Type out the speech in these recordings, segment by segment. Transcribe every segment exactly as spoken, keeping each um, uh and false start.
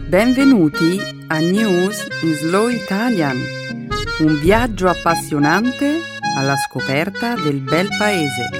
Benvenuti a News in Slow Italian, un viaggio appassionante alla scoperta del bel paese.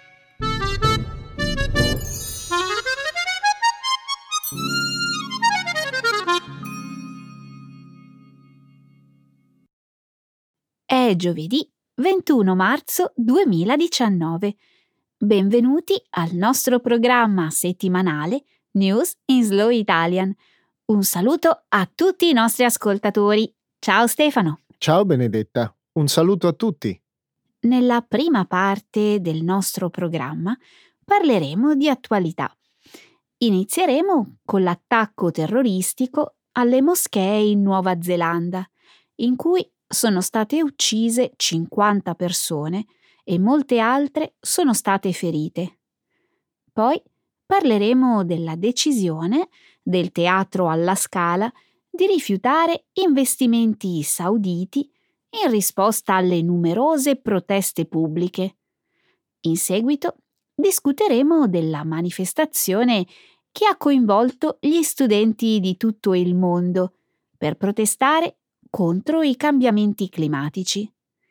È giovedì ventuno marzo duemiladiciannove. Benvenuti al nostro programma settimanale News in Slow Italian. Un saluto a tutti i nostri ascoltatori. Ciao Stefano. Ciao Benedetta, un saluto a tutti. Nella prima parte del nostro programma parleremo di attualità. Inizieremo con l'attacco terroristico alle moschee in Nuova Zelanda, in cui sono state uccise cinquanta persone e molte altre sono state ferite. Poi parleremo della decisione del Teatro alla Scala di rifiutare investimenti sauditi in risposta alle numerose proteste pubbliche. In seguito discuteremo della manifestazione che ha coinvolto gli studenti di tutto il mondo per protestare contro i cambiamenti climatici.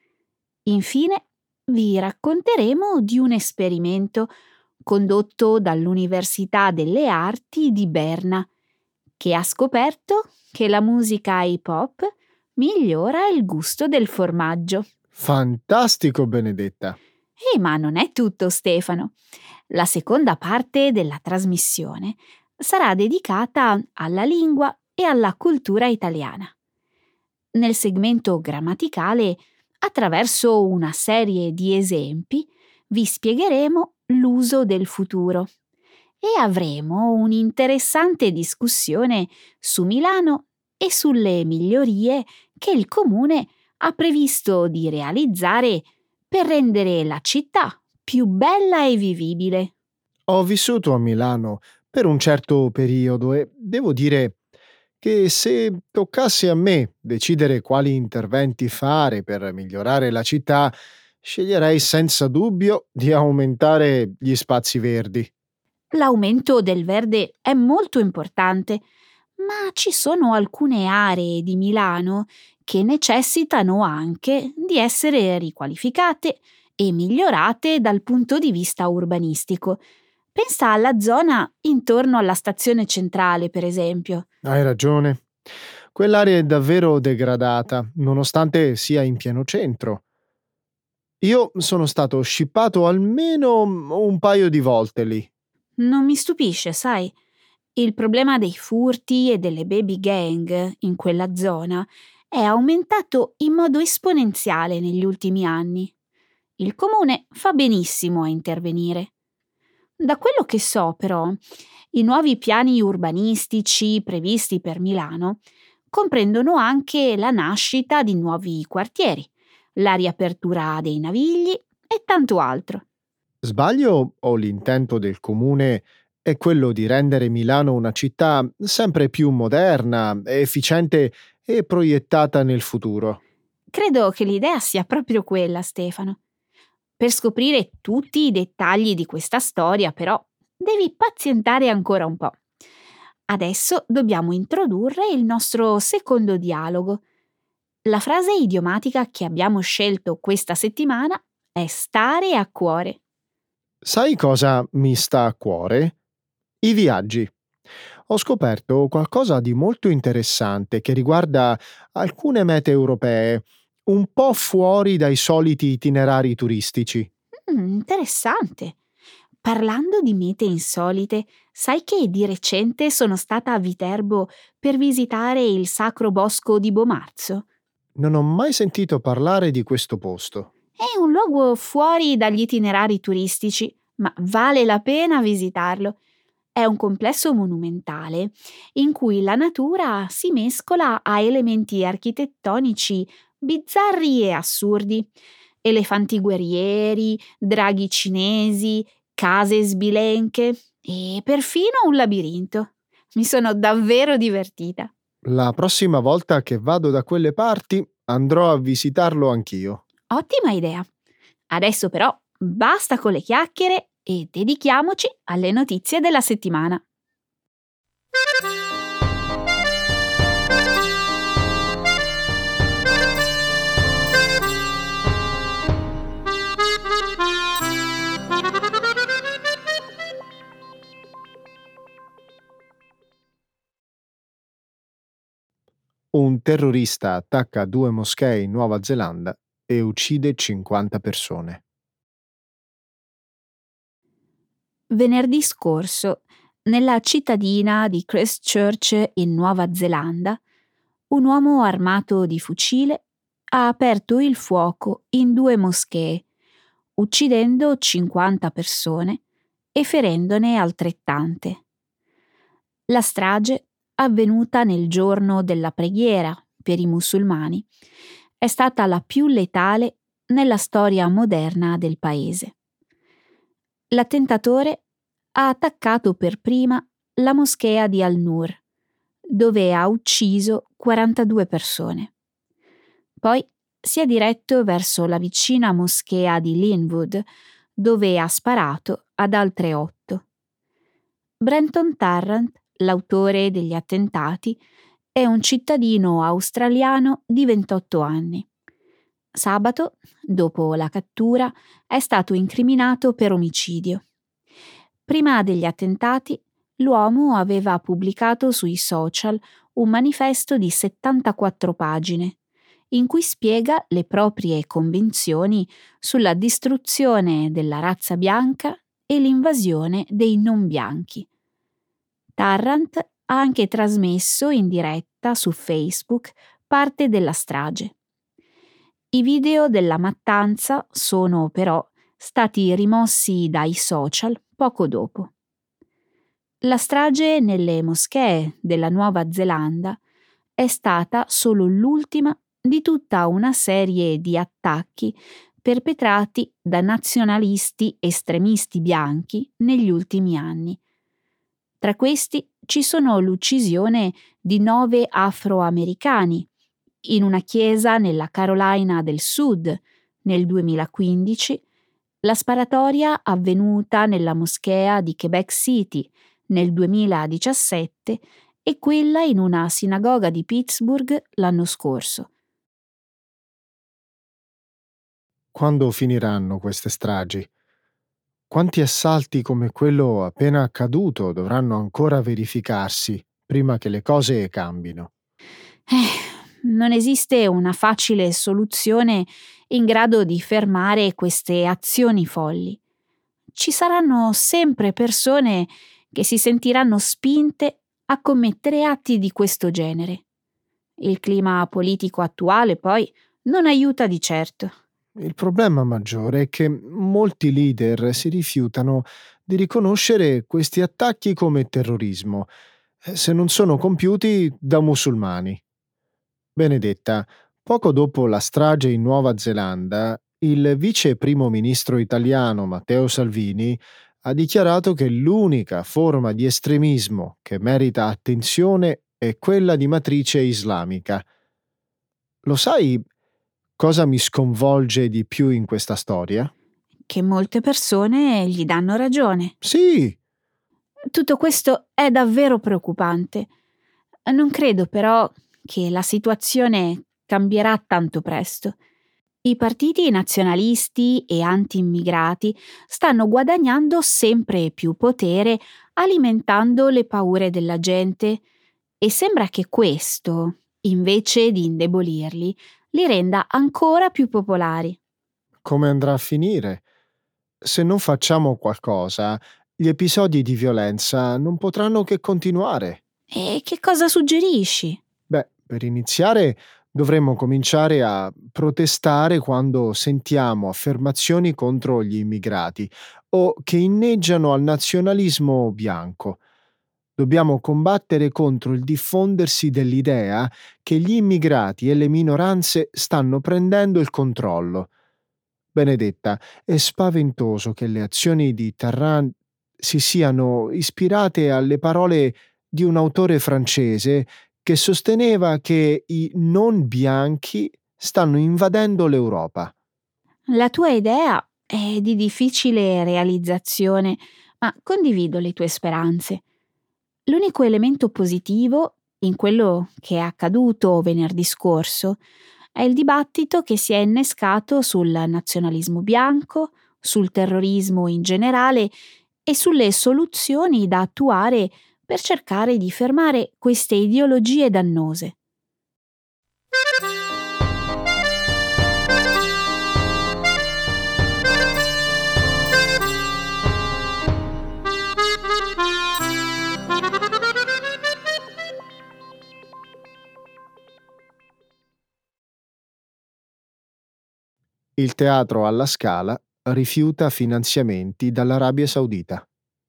Infine vi racconteremo di un esperimento condotto dall'Università delle Arti di Berna, che ha scoperto che la musica hip hop migliora il gusto del formaggio. Fantastico, Benedetta! Eh, ma non è tutto, Stefano. La seconda parte della trasmissione sarà dedicata alla lingua e alla cultura italiana. Nel segmento grammaticale, attraverso una serie di esempi, vi spiegheremo l'uso del futuro e avremo un'interessante discussione su Milano e sulle migliorie che il Comune ha previsto di realizzare per rendere la città più bella e vivibile. Ho vissuto a Milano per un certo periodo e devo dire che se toccasse a me decidere quali interventi fare per migliorare la città, sceglierei senza dubbio di aumentare gli spazi verdi. L'aumento del verde è molto importante, ma ci sono alcune aree di Milano che necessitano anche di essere riqualificate e migliorate dal punto di vista urbanistico. Pensa alla zona intorno alla stazione centrale, per esempio. Hai ragione. Quell'area è davvero degradata, nonostante sia in pieno centro. Io sono stato scippato almeno un paio di volte lì. Non mi stupisce, sai. Il problema dei furti e delle baby gang in quella zona è aumentato in modo esponenziale negli ultimi anni. Il comune fa benissimo a intervenire. Da quello che so, però, i nuovi piani urbanistici previsti per Milano comprendono anche la nascita di nuovi quartieri, la riapertura dei Navigli e tanto altro. Sbaglio o l'intento del comune è quello di rendere Milano una città sempre più moderna, efficiente e proiettata nel futuro? Credo che l'idea sia proprio quella, Stefano. Per scoprire tutti i dettagli di questa storia, però, devi pazientare ancora un po'. Adesso dobbiamo introdurre il nostro secondo dialogo. La frase idiomatica che abbiamo scelto questa settimana è stare a cuore. Sai cosa mi sta a cuore? I viaggi. Ho scoperto qualcosa di molto interessante che riguarda alcune mete europee, un po' fuori dai soliti itinerari turistici. Mm, interessante. Parlando di mete insolite, sai che di recente sono stata a Viterbo per visitare il Sacro Bosco di Bomarzo? Non ho mai sentito parlare di questo posto. È un luogo fuori dagli itinerari turistici, ma vale la pena visitarlo. È un complesso monumentale in cui la natura si mescola a elementi architettonici bizzarri e assurdi. Elefanti guerrieri, draghi cinesi, case sbilenche e perfino un labirinto. Mi sono davvero divertita. La prossima volta che vado da quelle parti andrò a visitarlo anch'io. Ottima idea. Adesso però basta con le chiacchiere e dedichiamoci alle notizie della settimana. Un terrorista attacca due moschee in Nuova Zelanda e uccide cinquanta persone. Venerdì scorso, nella cittadina di Christchurch in Nuova Zelanda, un uomo armato di fucile ha aperto il fuoco in due moschee, uccidendo cinquanta persone e ferendone altrettante. La strage, avvenuta nel giorno della preghiera per i musulmani, è stata la più letale nella storia moderna del paese. L'attentatore ha attaccato per prima la moschea di Al-Nur, dove ha ucciso quarantadue persone. Poi si è diretto verso la vicina moschea di Linwood, dove ha sparato ad altre otto. Brenton Tarrant, l'autore degli attentati, è un cittadino australiano di ventotto anni. Sabato, dopo la cattura, è stato incriminato per omicidio. Prima degli attentati, l'uomo aveva pubblicato sui social un manifesto di settantaquattro pagine, in cui spiega le proprie convinzioni sulla distruzione della razza bianca e l'invasione dei non bianchi. Tarrant ha anche trasmesso in diretta su Facebook parte della strage. I video della mattanza sono però stati rimossi dai social poco dopo. La strage nelle moschee della Nuova Zelanda è stata solo l'ultima di tutta una serie di attacchi perpetrati da nazionalisti estremisti bianchi negli ultimi anni. Tra questi ci sono l'uccisione di nove afroamericani in una chiesa nella Carolina del Sud nel duemilaquindici, la sparatoria avvenuta nella moschea di Quebec City nel duemiladiciassette e quella in una sinagoga di Pittsburgh l'anno scorso. Quando finiranno queste stragi? Quanti assalti come quello appena accaduto dovranno ancora verificarsi prima che le cose cambino? Eh, non esiste una facile soluzione in grado di fermare queste azioni folli. Ci saranno sempre persone che si sentiranno spinte a commettere atti di questo genere. Il clima politico attuale, poi, non aiuta di certo. Il problema maggiore è che molti leader si rifiutano di riconoscere questi attacchi come terrorismo, eh, se non sono compiuti da musulmani. Benedetta, poco dopo la strage in Nuova Zelanda, il vice primo ministro italiano Matteo Salvini ha dichiarato che l'unica forma di estremismo che merita attenzione è quella di matrice islamica. Lo sai cosa mi sconvolge di più in questa storia? Che molte persone gli danno ragione. Sì, Tutto questo è davvero preoccupante. Non credo però che la situazione cambierà tanto presto. I partiti nazionalisti e anti-immigrati stanno guadagnando sempre più potere alimentando le paure della gente e sembra che questo, invece di indebolirli, li renda ancora più popolari. come andrà a finire? Se non facciamo qualcosa, gli episodi di violenza non potranno che continuare. E che cosa suggerisci? Beh, per iniziare dovremmo cominciare a protestare quando sentiamo affermazioni contro gli immigrati o che inneggiano al nazionalismo bianco. Dobbiamo combattere contro il diffondersi dell'idea che gli immigrati e le minoranze stanno prendendo il controllo. Benedetta, è spaventoso che le azioni di Tarrant si siano ispirate alle parole di un autore francese che sosteneva che i non bianchi stanno invadendo l'Europa. La tua idea è di difficile realizzazione, ma condivido le tue speranze. L'unico elemento positivo in quello che è accaduto venerdì scorso è il dibattito che si è innescato sul nazionalismo bianco, sul terrorismo in generale e sulle soluzioni da attuare per cercare di fermare queste ideologie dannose. Il teatro alla Scala rifiuta finanziamenti dall'Arabia Saudita.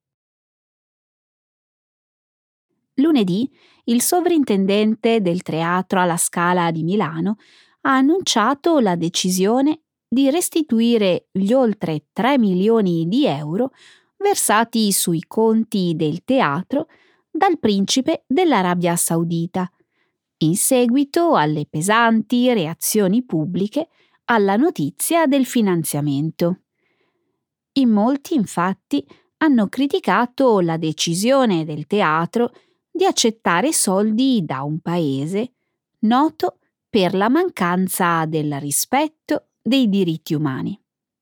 Lunedì il sovrintendente del Teatro alla Scala di Milano ha annunciato la decisione di restituire gli oltre tre milioni di euro versati sui conti del teatro dal principe dell'Arabia Saudita, in seguito alle pesanti reazioni pubbliche alla notizia del finanziamento. In molti, infatti, hanno criticato la decisione del teatro di accettare soldi da un paese noto per la mancanza del rispetto dei diritti umani.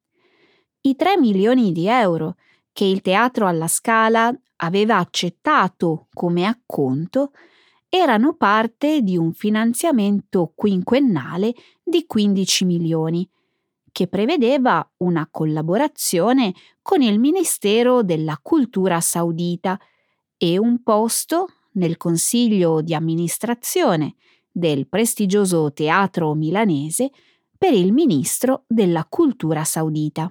I tre milioni di euro che il Teatro alla Scala aveva accettato come acconto erano parte di un finanziamento quinquennale di quindici milioni, che prevedeva una collaborazione con il Ministero della Cultura saudita e un posto nel consiglio di amministrazione del prestigioso teatro milanese per il ministro della cultura saudita.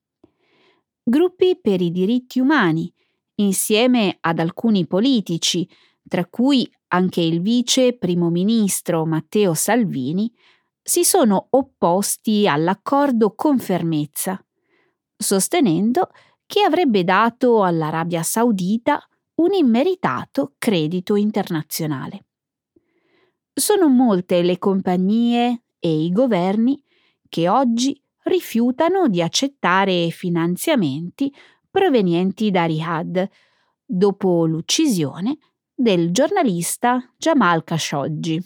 Gruppi per i diritti umani, insieme ad alcuni politici, tra cui anche il vice primo ministro Matteo Salvini, si sono opposti all'accordo con fermezza, sostenendo che avrebbe dato all'Arabia Saudita un immeritato credito internazionale. Sono molte le compagnie e i governi che oggi rifiutano di accettare finanziamenti provenienti da Riyadh dopo l'uccisione del giornalista Jamal Khashoggi,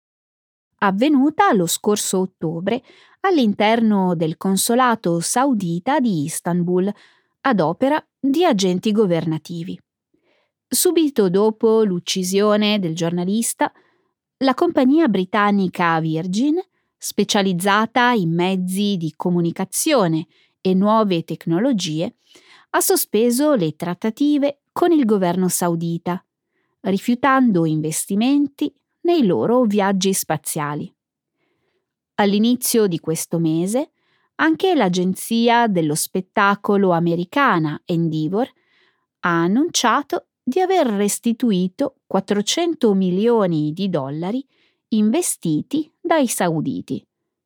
avvenuta lo scorso ottobre all'interno del consolato saudita di Istanbul ad opera di agenti governativi. Subito dopo l'uccisione del giornalista, la compagnia britannica Virgin, specializzata in mezzi di comunicazione e nuove tecnologie, ha sospeso le trattative con il governo saudita, rifiutando investimenti nei loro viaggi spaziali. All'inizio di questo mese, anche l'agenzia dello spettacolo americana Endeavor ha annunciato di aver restituito quattrocento milioni di dollari investiti dai sauditi.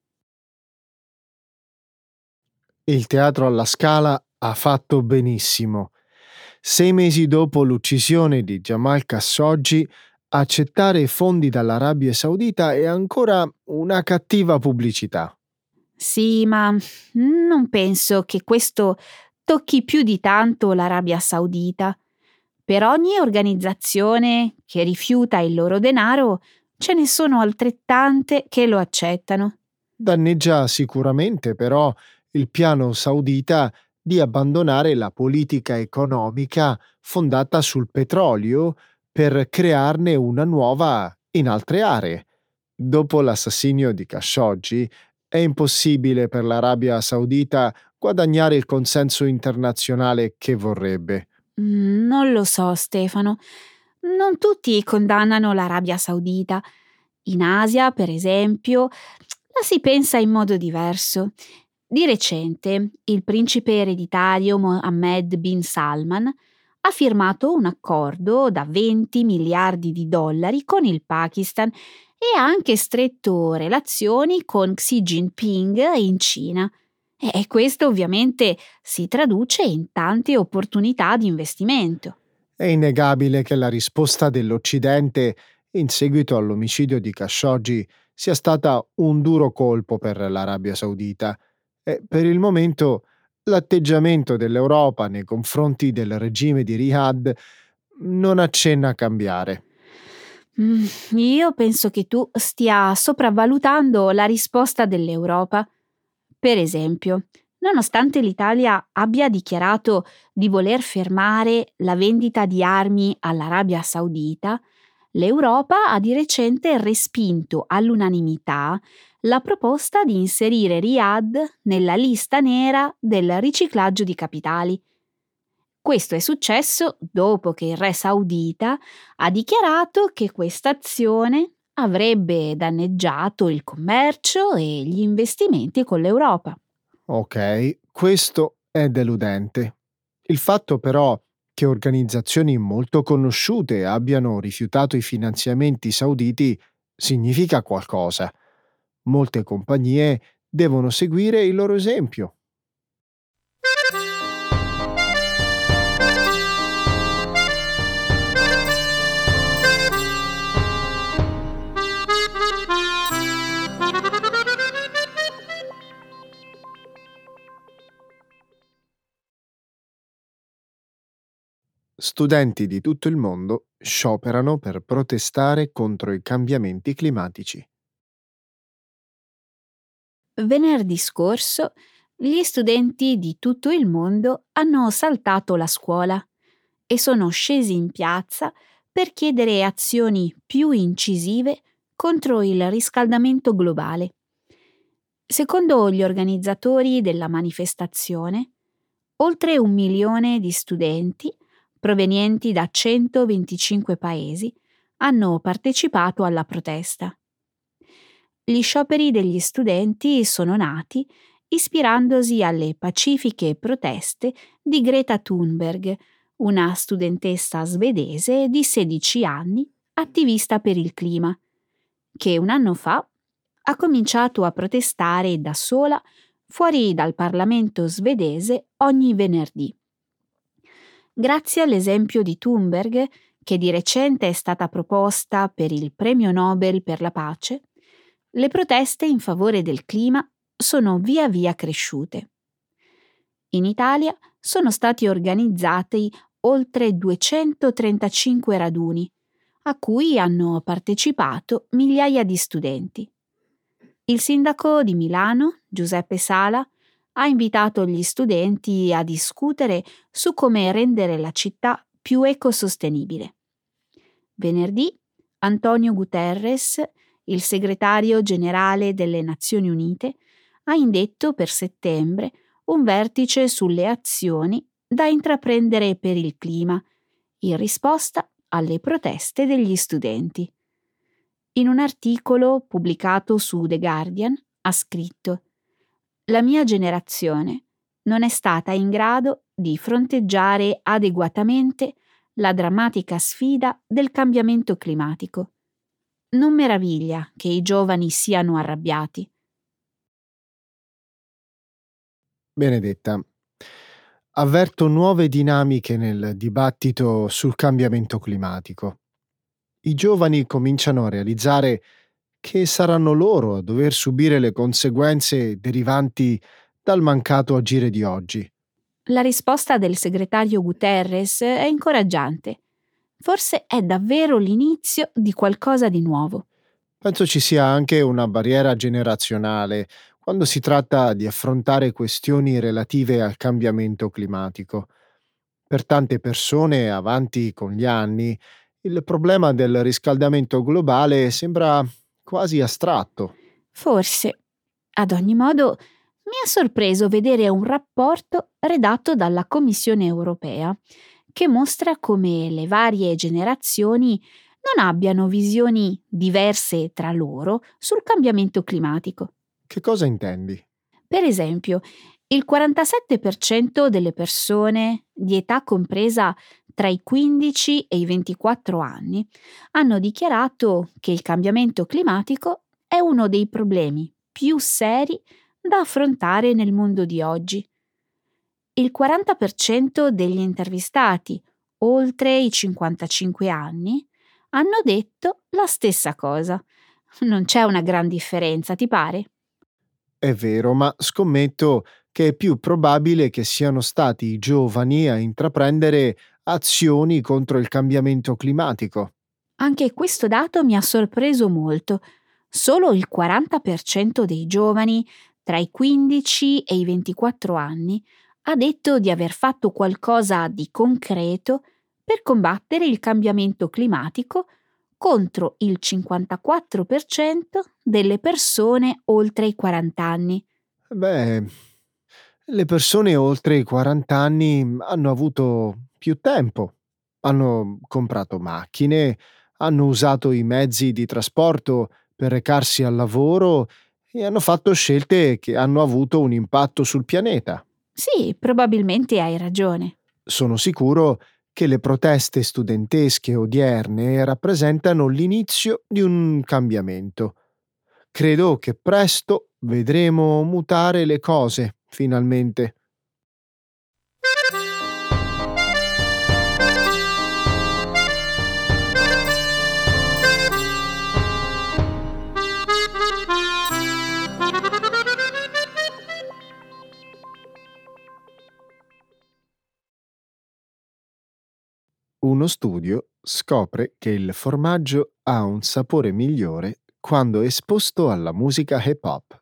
Il Teatro alla Scala ha fatto benissimo. Sei mesi dopo l'uccisione di Jamal Khashoggi, accettare fondi dall'Arabia Saudita è ancora una cattiva pubblicità. Sì, ma non penso che questo tocchi più di tanto l'Arabia Saudita. Per ogni organizzazione che rifiuta il loro denaro, ce ne sono altrettante che lo accettano. Danneggia sicuramente però il piano saudita di abbandonare la politica economica fondata sul petrolio per crearne una nuova in altre aree. Dopo l'assassinio di Khashoggi, è impossibile per l'Arabia Saudita guadagnare il consenso internazionale che vorrebbe. Mm, non lo so, Stefano. Non tutti condannano l'Arabia Saudita. In Asia, per esempio, la si pensa in modo diverso. Di recente, il principe ereditario Mohammed bin Salman ha firmato un accordo da venti miliardi di dollari con il Pakistan e ha anche stretto relazioni con Xi Jinping in Cina. E questo ovviamente si traduce in tante opportunità di investimento. È innegabile che la risposta dell'Occidente in seguito all'omicidio di Khashoggi sia stata un duro colpo per l'Arabia Saudita e per il momento l'atteggiamento dell'Europa nei confronti del regime di Riyadh non accenna a cambiare. Mm, io penso che tu stia sopravvalutando la risposta dell'Europa. Per esempio, nonostante l'Italia abbia dichiarato di voler fermare la vendita di armi all'Arabia Saudita, l'Europa ha di recente respinto all'unanimità la proposta di inserire Riyadh nella lista nera del riciclaggio di capitali. Questo è successo dopo che il re saudita ha dichiarato che questa azione avrebbe danneggiato il commercio e gli investimenti con l'Europa. Ok, questo è deludente. Il fatto però che organizzazioni molto conosciute abbiano rifiutato i finanziamenti sauditi significa qualcosa. Molte compagnie devono seguire il loro esempio. Studenti di tutto il mondo scioperano per protestare contro i cambiamenti climatici. Venerdì scorso gli studenti di tutto il mondo hanno saltato la scuola e sono scesi in piazza per chiedere azioni più incisive contro il riscaldamento globale. Secondo gli organizzatori della manifestazione, oltre un milione di studenti provenienti da centoventicinque paesi hanno partecipato alla protesta. Gli scioperi degli studenti sono nati ispirandosi alle pacifiche proteste di Greta Thunberg, una studentessa svedese di sedici anni, attivista per il clima, che un anno fa ha cominciato a protestare da sola fuori dal Parlamento svedese ogni venerdì. Grazie all'esempio di Thunberg, che di recente è stata proposta per il Premio Nobel per la pace, le proteste in favore del clima sono via via cresciute. In Italia sono stati organizzati oltre duecentotrentacinque raduni, a cui hanno partecipato migliaia di studenti. Il sindaco di Milano, Giuseppe Sala, ha invitato gli studenti a discutere su come rendere la città più ecosostenibile. Venerdì, Antonio Guterres, il segretario generale delle Nazioni Unite, ha indetto per settembre un vertice sulle azioni da intraprendere per il clima, in risposta alle proteste degli studenti. In un articolo pubblicato su The Guardian ha scritto: «La mia generazione non è stata in grado di fronteggiare adeguatamente la drammatica sfida del cambiamento climatico. Non meraviglia che i giovani siano arrabbiati». Benedetta, avverto nuove dinamiche nel dibattito sul cambiamento climatico. I giovani cominciano a realizzare che saranno loro a dover subire le conseguenze derivanti dal mancato agire di oggi. La risposta del segretario Guterres è incoraggiante. Forse è davvero l'inizio di qualcosa di nuovo. Penso ci sia anche una barriera generazionale quando si tratta di affrontare questioni relative al cambiamento climatico. Per tante persone avanti con gli anni, il problema del riscaldamento globale sembra quasi astratto. Forse. Ad ogni modo, mi ha sorpreso vedere un rapporto redatto dalla Commissione europea che mostra come le varie generazioni non abbiano visioni diverse tra loro sul cambiamento climatico. Che cosa intendi? Per esempio, il quarantasette per cento delle persone di età compresa tra i quindici e i ventiquattro anni hanno dichiarato che il cambiamento climatico è uno dei problemi più seri da affrontare nel mondo di oggi. Il quaranta per cento degli intervistati oltre i cinquantacinque anni hanno detto la stessa cosa. Non c'è una gran differenza, ti pare? È vero, ma scommetto che è più probabile che siano stati i giovani a intraprendere azioni contro il cambiamento climatico. Anche questo dato mi ha sorpreso molto. Solo il quaranta per cento dei giovani tra i quindici e i ventiquattro anni ha detto di aver fatto qualcosa di concreto per combattere il cambiamento climatico contro il cinquantaquattro per cento delle persone oltre i quaranta anni. Beh, le persone oltre i quaranta anni hanno avuto più tempo, hanno comprato macchine, hanno usato i mezzi di trasporto per recarsi al lavoro e hanno fatto scelte che hanno avuto un impatto sul pianeta. Sì, probabilmente hai ragione. Sono sicuro che le proteste studentesche odierne rappresentano l'inizio di un cambiamento. Credo che presto vedremo mutare le cose, finalmente. Uno studio scopre che il formaggio ha un sapore migliore quando esposto alla musica hip hop.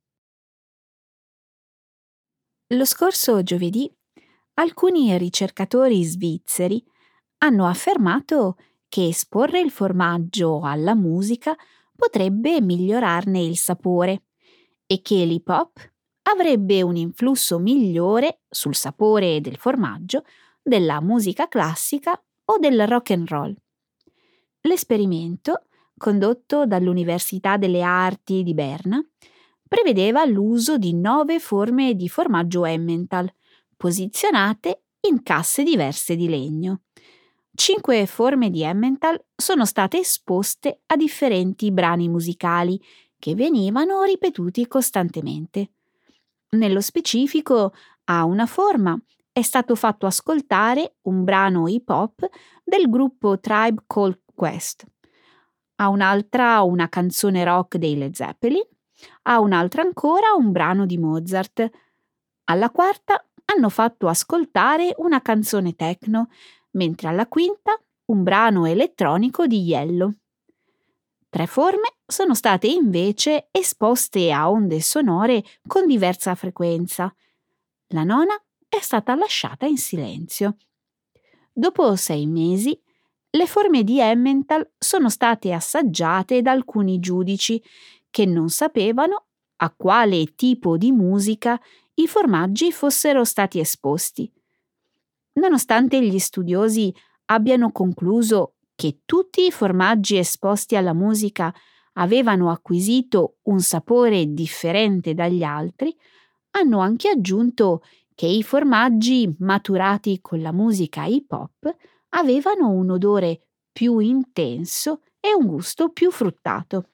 Lo scorso giovedì alcuni ricercatori svizzeri hanno affermato che esporre il formaggio alla musica potrebbe migliorarne il sapore e che l'hip hop avrebbe un influsso migliore sul sapore del formaggio della musica classica o del rock and roll. L'esperimento, condotto dall'Università delle Arti di Berna, prevedeva l'uso di nove forme di formaggio Emmental, posizionate in casse diverse di legno. Cinque forme di Emmental sono state esposte a differenti brani musicali che venivano ripetuti costantemente. Nello specifico, a una forma è stato fatto ascoltare un brano hip hop del gruppo Tribe Called Quest, a un'altra una canzone rock dei Led Zeppelin, a un'altra ancora un brano di Mozart. Alla quarta hanno fatto ascoltare una canzone techno, mentre alla quinta un brano elettronico di Yellow. Tre forme sono state invece esposte a onde sonore con diversa frequenza. La nona è stata lasciata in silenzio. Dopo sei mesi, le forme di Emmental sono state assaggiate da alcuni giudici che non sapevano a quale tipo di musica i formaggi fossero stati esposti. Nonostante gli studiosi abbiano concluso che tutti i formaggi esposti alla musica avevano acquisito un sapore differente dagli altri, hanno anche aggiunto che i formaggi maturati con la musica hip hop avevano un odore più intenso e un gusto più fruttato.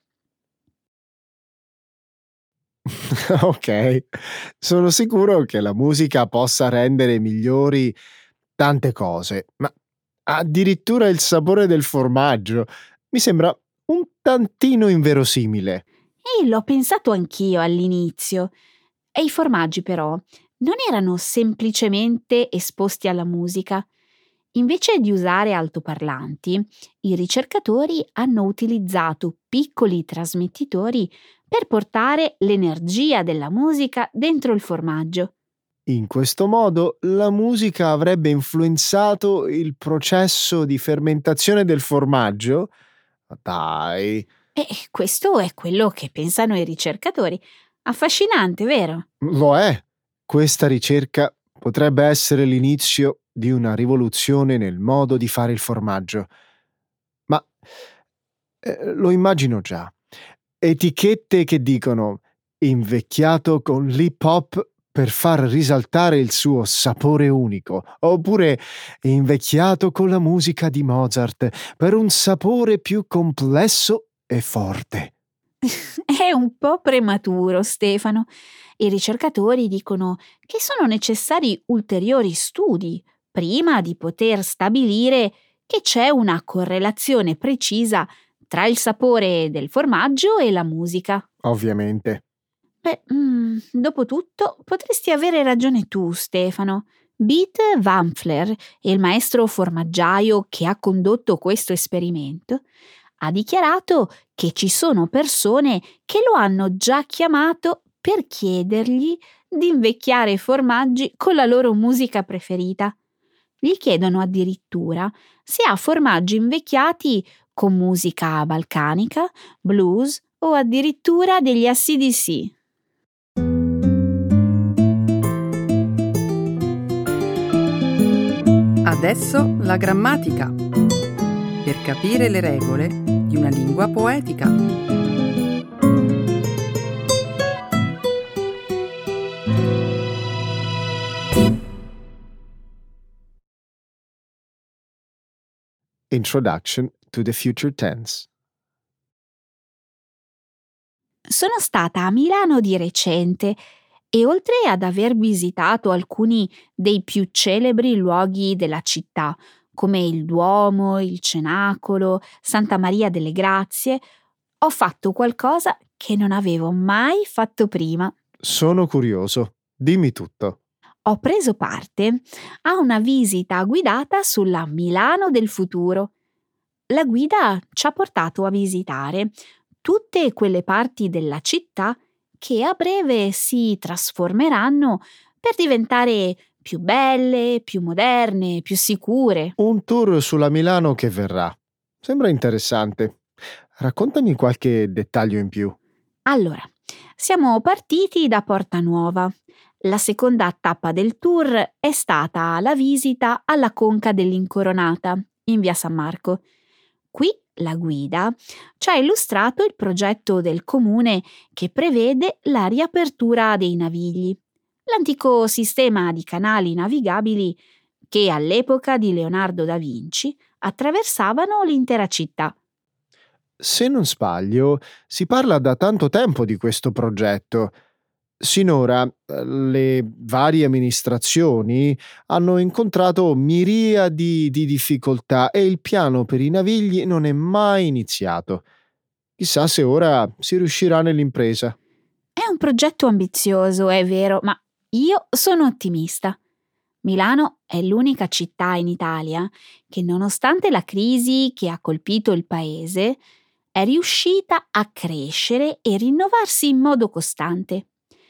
Ok, sono sicuro che la musica possa rendere migliori tante cose, ma addirittura il sapore del formaggio mi sembra un tantino inverosimile. E l'ho pensato anch'io all'inizio. E i formaggi però non erano semplicemente esposti alla musica. Invece di usare altoparlanti, i ricercatori hanno utilizzato piccoli trasmettitori per portare l'energia della musica dentro il formaggio. In questo modo la musica avrebbe influenzato il processo di fermentazione del formaggio? Ma dai, E questo è quello che pensano i ricercatori. Affascinante, vero? lo è. Questa ricerca potrebbe essere l'inizio di una rivoluzione nel modo di fare il formaggio. Ma eh, lo immagino già. Etichette che dicono invecchiato con l'hip hop per far risaltare il suo sapore unico, oppure invecchiato con la musica di Mozart per un sapore più complesso e forte. È un po' prematuro, Stefano. I ricercatori dicono che sono necessari ulteriori studi prima di poter stabilire che c'è una correlazione precisa tra il sapore del formaggio e la musica. Ovviamente. Beh, mm, dopo tutto, potresti avere ragione tu, Stefano. Beat Wampfler, il maestro formaggiaio che ha condotto questo esperimento, ha dichiarato che ci sono persone che lo hanno già chiamato per chiedergli di invecchiare i formaggi con la loro musica preferita. Gli chiedono addirittura se ha formaggi invecchiati con musica balcanica, blues o addirittura degli A C D C. Adesso la grammatica, per capire le regole di una lingua poetica. Introduction to the Future Tense. Sono stata a Milano di recente e oltre ad aver visitato alcuni dei più celebri luoghi della città, come il Duomo, il Cenacolo, Santa Maria delle Grazie, ho fatto qualcosa che non avevo mai fatto prima. Sono curioso. Dimmi tutto. Ho preso parte a una visita guidata sulla Milano del futuro. La guida ci ha portato a visitare tutte quelle parti della città che a breve si trasformeranno per diventare più belle, più moderne, più sicure. Un tour sulla Milano che verrà. Sembra interessante. Raccontami qualche dettaglio in più. Allora, siamo partiti da Porta Nuova. La seconda tappa del tour è stata la visita alla Conca dell'Incoronata, in via San Marco. Qui la guida ci ha illustrato il progetto del comune che prevede la riapertura dei navigli, l'antico sistema di canali navigabili che all'epoca di Leonardo da Vinci attraversavano l'intera città. Se non sbaglio, si parla da tanto tempo di questo progetto. Sinora, eh, le varie amministrazioni hanno incontrato miriadi di difficoltà e il piano per i navigli non è mai iniziato. Chissà se ora si riuscirà nell'impresa. È un progetto ambizioso, è vero, ma io sono ottimista. Milano è l'unica città in Italia che, nonostante la crisi che ha colpito il paese, è riuscita a crescere e rinnovarsi in modo costante.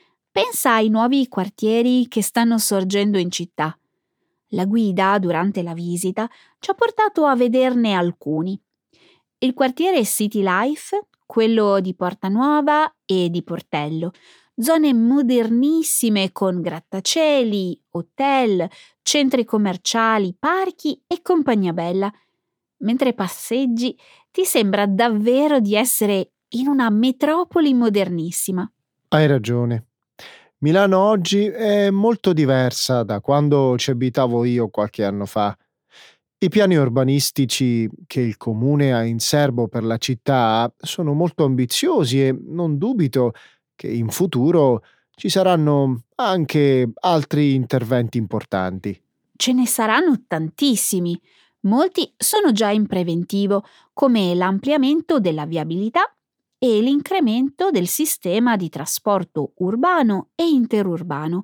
Pensa ai nuovi quartieri che stanno sorgendo in città. La guida, durante la visita, ci ha portato a vederne alcuni. Il quartiere City Life, quello di Porta Nuova e di Portello, zone modernissime con grattacieli, hotel, centri commerciali, parchi e compagnia bella. Mentre passeggi, ti sembra davvero di essere in una metropoli modernissima. Hai ragione. Milano oggi è molto diversa da quando ci abitavo io qualche anno fa. I piani urbanistici che il comune ha in serbo per la città sono molto ambiziosi e non dubito che in futuro ci saranno anche altri interventi importanti. Ce ne saranno tantissimi. Molti sono già in preventivo, come l'ampliamento della viabilità e l'incremento del sistema di trasporto urbano e interurbano.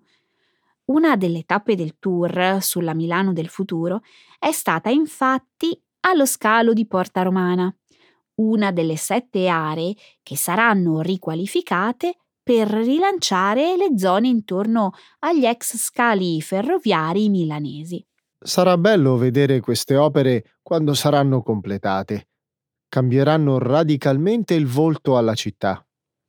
Una delle tappe del tour sulla Milano del futuro è stata infatti allo scalo di Porta Romana, una delle sette aree che saranno riqualificate per rilanciare le zone intorno agli ex scali ferroviari milanesi. Sarà bello vedere queste opere quando saranno completate. Cambieranno radicalmente il volto alla città.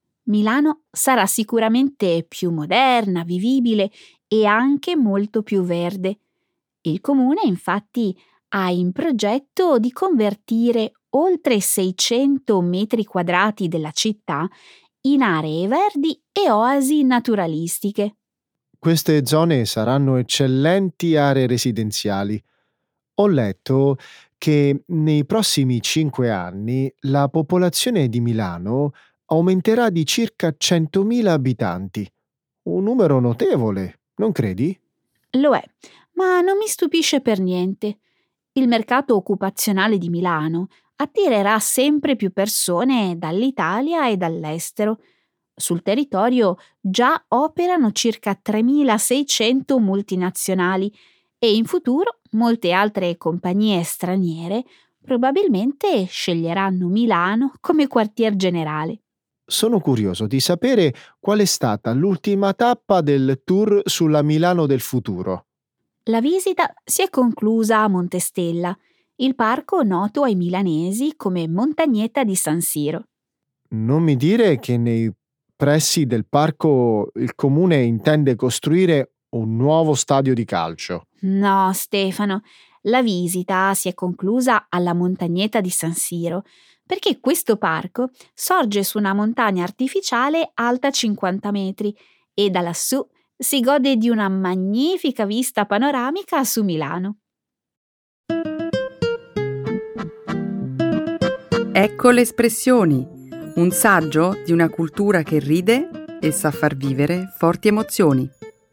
Milano sarà sicuramente più moderna, vivibile e anche molto più verde. Il comune infatti ha in progetto di convertire oltre seicento metri quadrati della città in aree verdi e oasi naturalistiche. Queste zone saranno eccellenti aree residenziali. Ho letto che nei prossimi cinque anni la popolazione di Milano aumenterà di circa centomila abitanti. Un numero notevole, non credi? Lo è, ma non mi stupisce per niente. Il mercato occupazionale di Milano attirerà sempre più persone dall'Italia e dall'estero. Sul territorio già operano circa tremilaseicento multinazionali e in futuro molte altre compagnie straniere probabilmente sceglieranno Milano come quartier generale. Sono curioso di sapere qual è stata l'ultima tappa del tour sulla Milano del futuro. La visita si è conclusa a Montestella, il parco noto ai milanesi come Montagnetta di San Siro. Non mi dire che nei pressi del parco il comune intende costruire un nuovo stadio di calcio. No, Stefano, la visita si è conclusa alla Montagnetta di San Siro, perché questo parco sorge su una montagna artificiale alta cinquanta metri e da lassù si gode di una magnifica vista panoramica su Milano. Ecco le espressioni, un saggio di una cultura che ride e sa far vivere forti emozioni.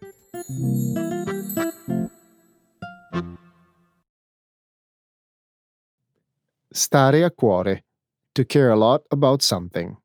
Stare a cuore. To care a lot about something.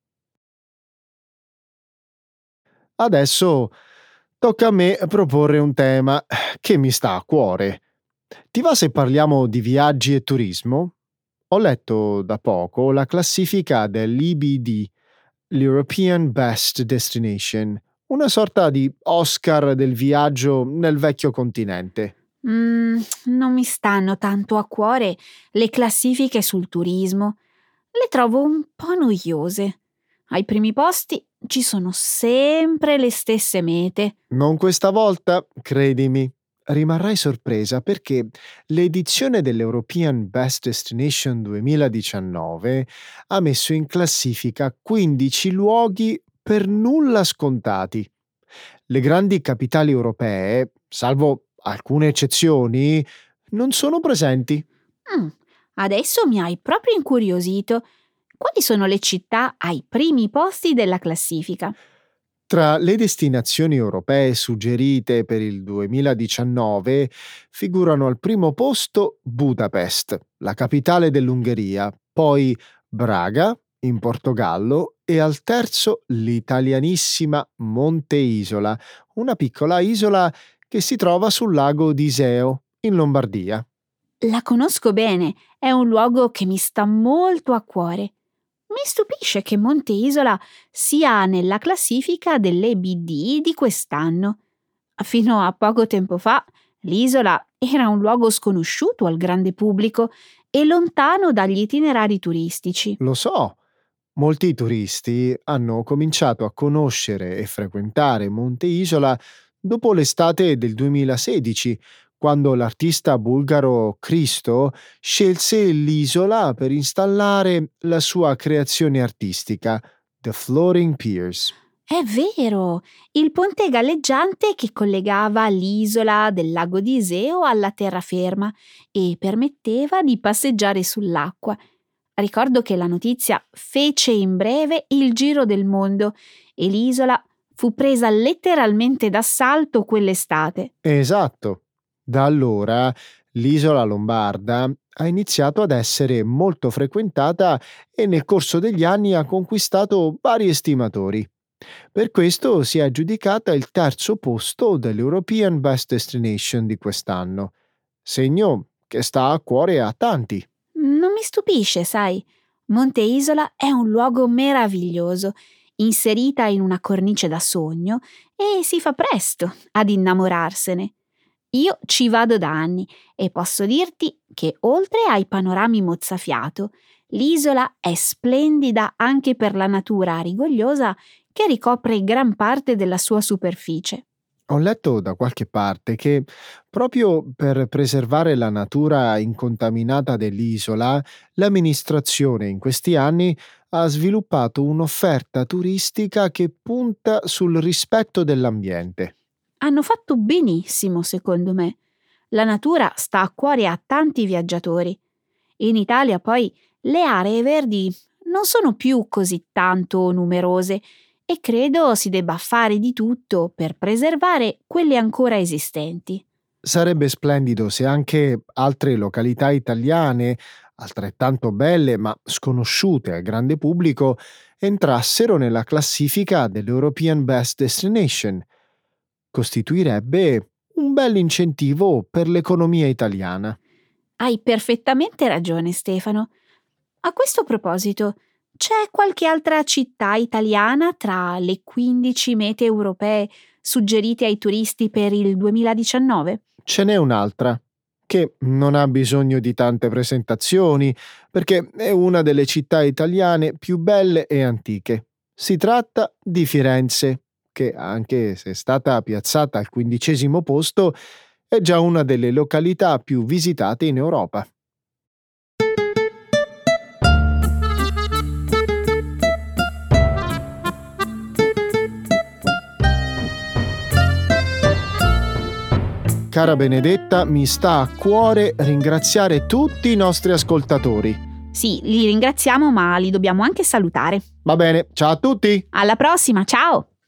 Adesso tocca a me proporre un tema che mi sta a cuore. Ti va se parliamo di viaggi e turismo? Ho letto da poco la classifica dell'E B D, l'European Best Destination, una sorta di Oscar del viaggio nel vecchio continente. Mm, non mi stanno tanto a cuore le classifiche sul turismo. Le trovo un po' noiose. Ai primi posti ci sono sempre le stesse mete. Non questa volta, credimi. Rimarrai sorpresa perché l'edizione dell'European Best Destination duemiladiciannove ha messo in classifica quindici luoghi per nulla scontati. Le grandi capitali europee, salvo alcune eccezioni, non sono presenti. Mm, adesso mi hai proprio incuriosito. Quali sono le città ai primi posti della classifica? Tra le destinazioni europee suggerite per il duemiladiciannove figurano al primo posto Budapest, la capitale dell'Ungheria, poi Braga, in Portogallo, e al terzo l'italianissima Monte Isola, una piccola isola che si trova sul lago di Iseo, in Lombardia. La conosco bene, è un luogo che mi sta molto a cuore. Mi stupisce che Monte Isola sia nella classifica dell'E B D di quest'anno. Fino a poco tempo fa, l'isola era un luogo sconosciuto al grande pubblico e lontano dagli itinerari turistici. Lo so, molti turisti hanno cominciato a conoscere e frequentare Monte Isola dopo l'estate del duemilasedici, quando l'artista bulgaro Cristo scelse l'isola per installare la sua creazione artistica, The Floating Piers. È vero, il ponte galleggiante che collegava l'isola del lago di Iseo alla terraferma e permetteva di passeggiare sull'acqua. Ricordo che la notizia fece in breve il giro del mondo e l'isola fu presa letteralmente d'assalto quell'estate. Esatto. Da allora l'isola lombarda ha iniziato ad essere molto frequentata e nel corso degli anni ha conquistato vari estimatori. Per questo si è aggiudicata il terzo posto dell'European Best Destination di quest'anno, segno che sta a cuore a tanti. Non mi stupisce, sai. Monte Isola è un luogo meraviglioso, inserita in una cornice da sogno, e si fa presto ad innamorarsene. Io ci vado da anni e posso dirti che oltre ai panorami mozzafiato, l'isola è splendida anche per la natura rigogliosa che ricopre gran parte della sua superficie. Ho letto da qualche parte che proprio per preservare la natura incontaminata dell'isola, l'amministrazione in questi anni ha sviluppato un'offerta turistica che punta sul rispetto dell'ambiente. Hanno fatto benissimo, secondo me. La natura sta a cuore a tanti viaggiatori. In Italia, poi, le aree verdi non sono più così tanto numerose e credo si debba fare di tutto per preservare quelle ancora esistenti. Sarebbe splendido se anche altre località italiane, altrettanto belle ma sconosciute al grande pubblico, entrassero nella classifica dell'European Best Destination. Costituirebbe un bel incentivo per l'economia italiana. Hai perfettamente ragione, Stefano. A questo proposito, c'è qualche altra città italiana tra le quindici mete europee suggerite ai turisti per il duemiladiciannove? Ce n'è un'altra, che non ha bisogno di tante presentazioni, perché è una delle città italiane più belle e antiche. Si tratta di Firenze, che anche se è stata piazzata al quindicesimo posto, è già una delle località più visitate in Europa. Cara Benedetta, mi sta a cuore ringraziare tutti i nostri ascoltatori. Sì, li ringraziamo, ma li dobbiamo anche salutare. Va bene, ciao a tutti! Alla prossima, ciao!